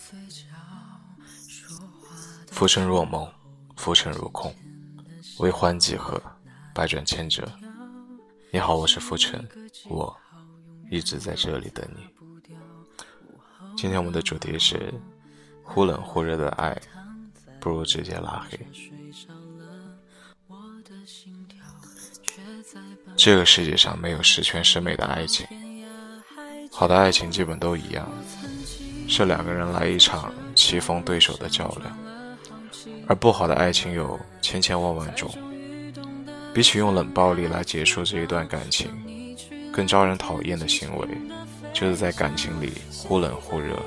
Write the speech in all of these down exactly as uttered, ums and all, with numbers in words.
浮沉若梦，浮沉如空，为欢几何，百转千折。你好，我是浮沉，我一直在这里等你。今天我们的主题是忽冷忽热的爱，不如直接拉黑。这个世界上没有十全十美的爱情，好的爱情基本都一样，是两个人来一场棋逢对手的较量，而不好的爱情有千千万万种。比起用冷暴力来结束这一段感情，更招人讨厌的行为就是在感情里忽冷忽热。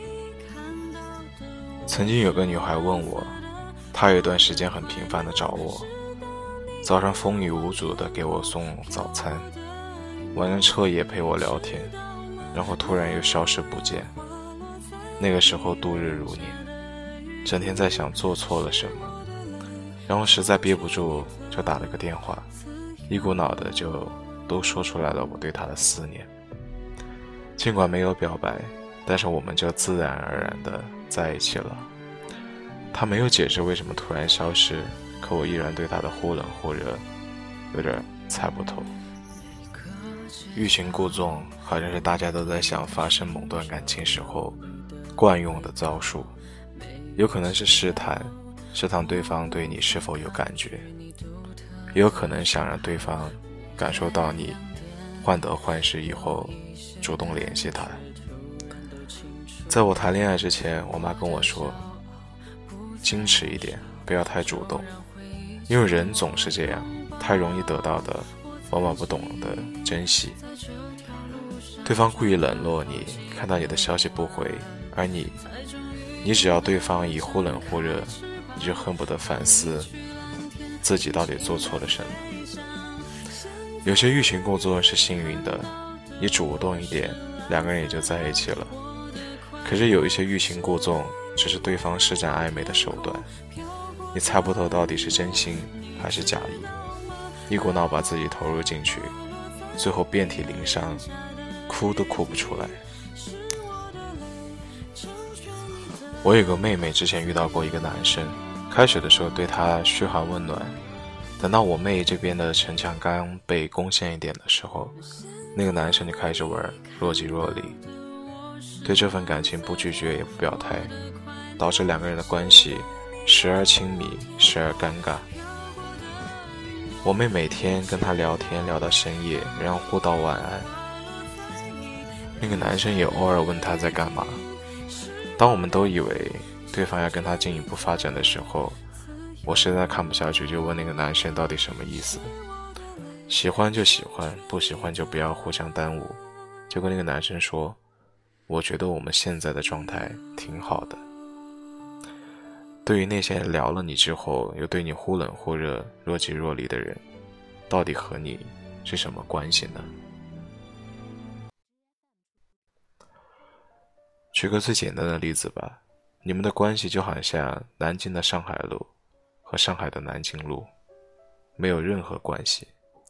曾经有个女孩问我，她有一段时间很频繁地找我，早上风雨无阻地给我送早餐，晚上彻夜陪我聊天，然后突然又消失不见。那个时候度日如年，整天在想做错了什么，然后实在憋不住就打了个电话，一股脑的就都说出来了我对她的思念。尽管没有表白，但是我们就自然而然的在一起了。她没有解释为什么突然消失，可我依然对她的忽冷忽热有点猜不透。欲擒故纵好像是大家都在想发生某段感情时候惯用的招数，有可能是试探，试探对方对你是否有感觉，也有可能想让对方感受到你患得患失以后主动联系他。在我谈恋爱之前，我妈跟我说，矜持一点，不要太主动，因为人总是这样，太容易得到的往往不懂得珍惜。对方故意冷落你，看到你的消息不回，而你你只要对方一忽冷忽热，你就恨不得反思自己到底做错了什么。有些欲擒故纵是幸运的，你主动一点，两个人也就在一起了。可是有一些欲擒故纵只是对方施展暧昧的手段，你猜不透到底是真心还是假意，一股脑把自己投入进去，最后遍体鳞伤，哭都哭不出来。我有个妹妹之前遇到过一个男生，开始的时候对她嘘寒问暖，等到我妹这边的城墙刚被攻陷一点的时候，那个男生就开始玩若即若离，对这份感情不拒绝也不表态，导致两个人的关系时而亲密，时而尴尬。我妹每天跟他聊天聊到深夜，然后互道晚安。那个男生也偶尔问他在干嘛。当我们都以为对方要跟他进一步发展的时候，我实在看不下去，就问那个男生到底什么意思。喜欢就喜欢，不喜欢就不要互相耽误。就跟那个男生说，我觉得我们现在的状态挺好的。对于那些聊了你之后又对你忽冷忽热若即若离的人，到底和你是什么关系呢？举个最简单的例子吧，你们的关系就好像南京的上海路和上海的南京路，没有任何关系。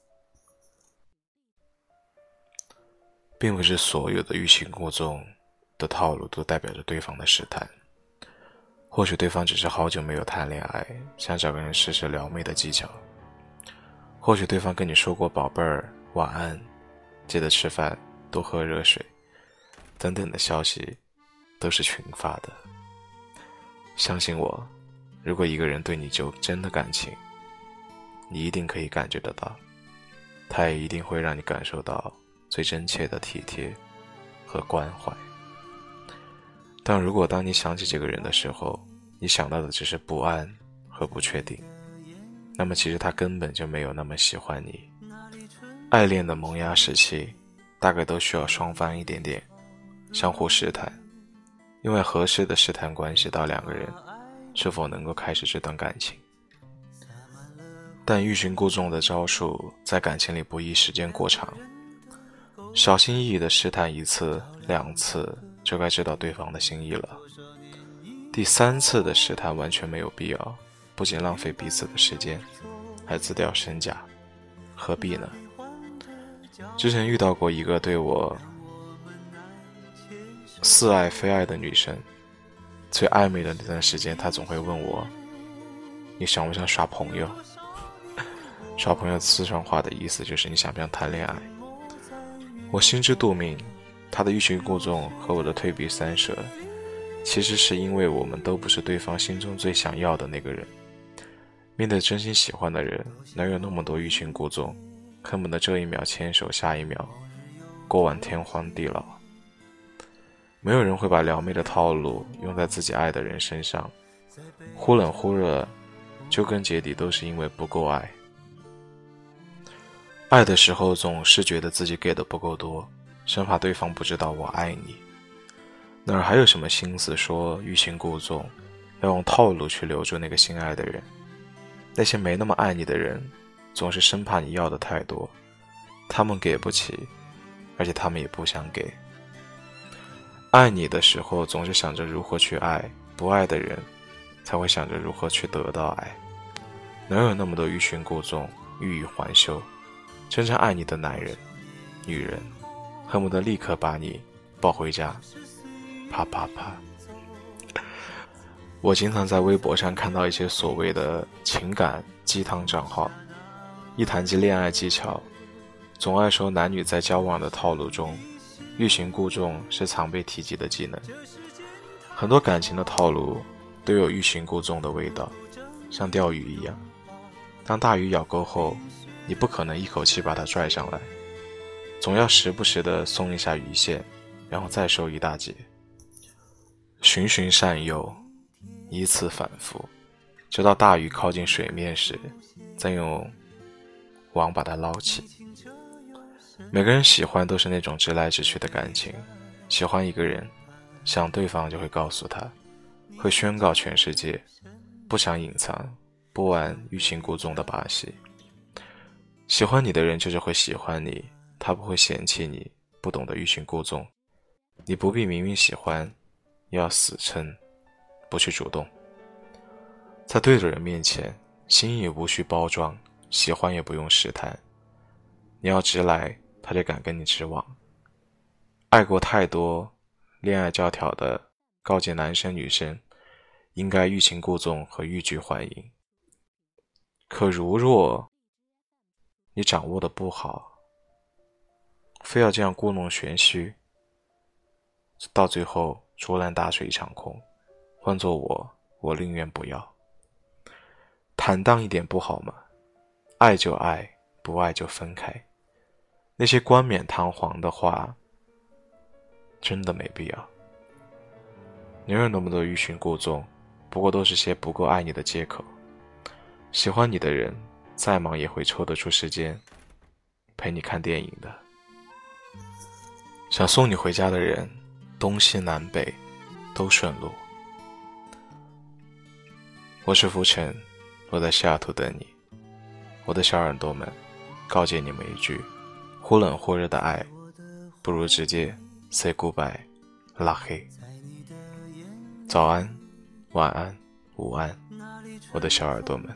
并不是所有的欲擒故纵的套路都代表着对方的试探，或许对方只是好久没有谈恋爱，想找个人试试撩妹的技巧，或许对方跟你说过宝贝儿晚安，记得吃饭多喝热水等等的消息都是群发的。相信我，如果一个人对你有真的感情，你一定可以感觉得到，他也一定会让你感受到最真切的体贴和关怀。但如果当你想起这个人的时候，你想到的只是不安和不确定，那么其实他根本就没有那么喜欢你。爱恋的萌芽时期大概都需要双方一点点相互试探，因为合适的试探关系到两个人是否能够开始这段感情。但欲擒故纵的招数在感情里不宜时间过长，小心翼翼地试探一次两次就该知道对方的心意了。第三次的试探完全没有必要，不仅浪费彼此的时间，还自掉身价，何必呢？之前遇到过一个对我似爱非爱的女生， 最暧昧的那段时间，他总会问我，你想不想耍朋友？耍朋友四川话的意思就是你想不想谈恋爱。我心知肚明，他的欲擒故纵和我的退避三舍，其实是因为我们都不是对方心中最想要的那个人。面对真心喜欢的人，哪有那么多欲擒故纵，恨不得这一秒牵手，下一秒过完天荒地老。没有人会把撩妹的套路用在自己爱的人身上，忽冷忽热，究根结底都是因为不够爱。爱的时候总是觉得自己给的不够多，生怕对方不知道我爱你，哪儿还有什么心思说欲擒故纵，要用套路去留住那个心爱的人。那些没那么爱你的人，总是生怕你要的太多，他们给不起，而且他们也不想给。爱你的时候总是想着如何去爱，不爱的人才会想着如何去得到爱。哪有那么多欲擒故纵，欲语还休？真正爱你的男人女人恨不得立刻把你抱回家，啪啪啪。我经常在微博上看到一些所谓的情感鸡汤账号，一谈及恋爱技巧，总爱说男女在交往的套路中，欲擒故纵是常被提及的技能。很多感情的套路都有欲擒故纵的味道，像钓鱼一样，当大鱼咬钩后，你不可能一口气把它拽上来，总要时不时地松一下鱼线，然后再收一大截，循循善诱，依次反复，直到大鱼靠近水面时，再用网把它捞起。每个人喜欢都是那种直来直去的感情，喜欢一个人，想对方就会告诉他，会宣告全世界，不想隐藏，不玩欲擒故纵的把戏。喜欢你的人就是会喜欢你，他不会嫌弃你不懂得欲擒故纵。你不必明明喜欢，要死撑，不去主动。在对的人面前，心意无需包装，喜欢也不用试探，你要直来，他就敢跟你直往。爱过太多恋爱教条的告诫男生女生应该欲擒故纵和欲拒还迎。可如若你掌握的不好，非要这样故弄玄虚，到最后竹篮打水一场空。换做我，我宁愿不要。坦荡一点不好吗？爱就爱，不爱就分开。那些冠冕堂皇的话真的没必要。哪有那么多欲擒故纵，不过都是些不够爱你的借口。喜欢你的人再忙也会抽得出时间陪你看电影的。想送你回家的人，东西南北都顺路。我是浮尘，我在西雅图等你。我的小耳朵们，告诫你们一句，忽冷忽热的爱，不如直接 say goodbye， 拉黑。早安，晚安，午安，我的小耳朵们。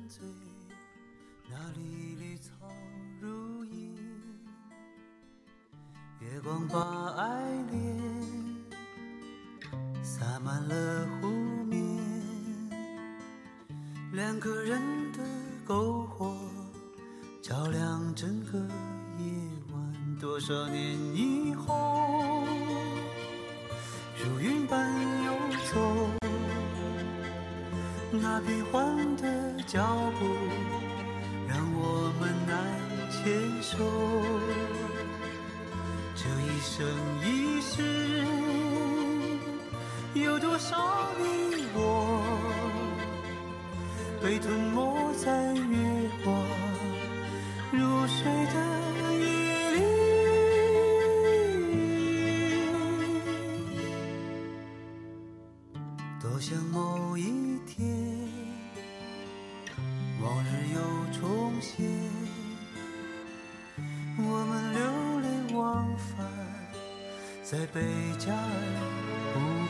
月光把爱恋洒满了湖面，两个人的篝火照亮整个夜晚。多少年以后，如云般游走，那变幻的脚步让我们难牵手。这一生一世，有多少你我被吞没在月光入睡的夜里。多想某一天，往日又重现，我们流连忘返在贝加尔湖